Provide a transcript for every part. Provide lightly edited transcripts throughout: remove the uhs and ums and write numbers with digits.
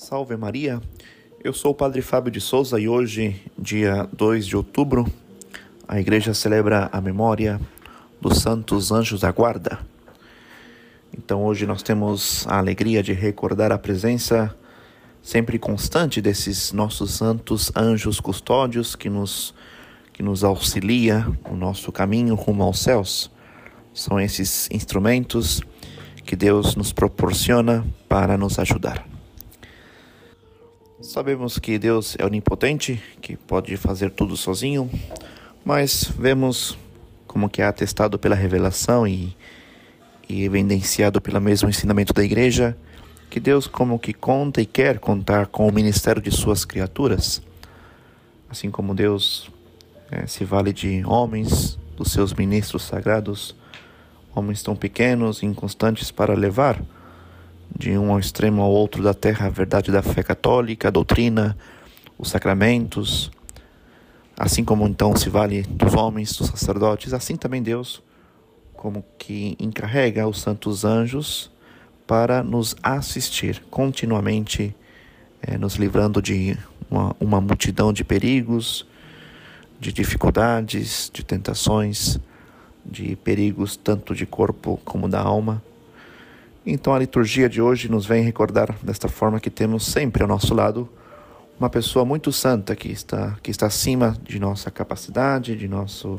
Salve Maria, eu sou o Padre Fábio de Souza e hoje, dia 2 de outubro, a Igreja celebra a memória dos Santos Anjos da Guarda. Então hoje nós temos a alegria de recordar a presença sempre constante desses nossos santos anjos custódios que nos auxilia no nosso caminho rumo aos céus. São esses instrumentos que Deus nos proporciona para nos ajudar. Sabemos que Deus é onipotente, que pode fazer tudo sozinho, mas vemos, como que é atestado pela revelação e evidenciado pelo mesmo ensinamento da Igreja, que Deus como que conta e quer contar com o ministério de suas criaturas. Assim como Deus se vale de homens, dos seus ministros sagrados, homens tão pequenos e inconstantes para levar de um extremo ao outro da terra a verdade da fé católica, a doutrina, os sacramentos. Assim como então se vale dos homens, dos sacerdotes, assim também Deus como que encarrega os santos anjos para nos assistir continuamente, nos livrando de uma multidão de perigos, de dificuldades, de tentações, de perigos tanto de corpo como da alma. Então a liturgia de hoje nos vem recordar desta forma que temos sempre ao nosso lado uma pessoa muito santa que está acima de nossa capacidade, de nossa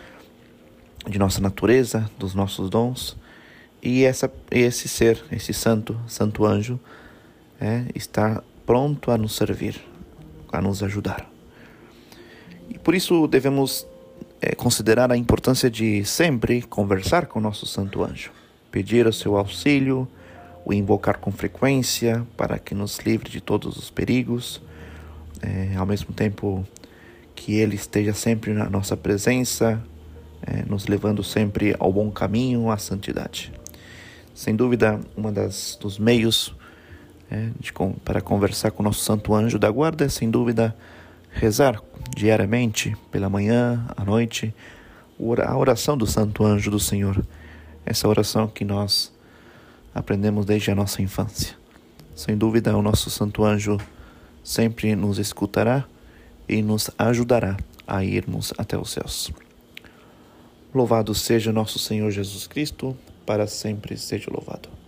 natureza, dos nossos dons. E esse ser, esse santo anjo, está pronto a nos servir, a nos ajudar. E por isso devemos considerar a importância de sempre conversar com o nosso santo anjo, pedir o seu auxílio, o invocar com frequência para que nos livre de todos os perigos, ao mesmo tempo que ele esteja sempre na nossa presença, nos levando sempre ao bom caminho, à santidade. Sem dúvida, dos meios para conversar com o nosso santo anjo da guarda é, sem dúvida, rezar diariamente, pela manhã, à noite, a oração do santo anjo do Senhor. Essa oração que nós aprendemos desde a nossa infância. Sem dúvida, o nosso santo anjo sempre nos escutará e nos ajudará a irmos até os céus. Louvado seja nosso Senhor Jesus Cristo, para sempre seja louvado.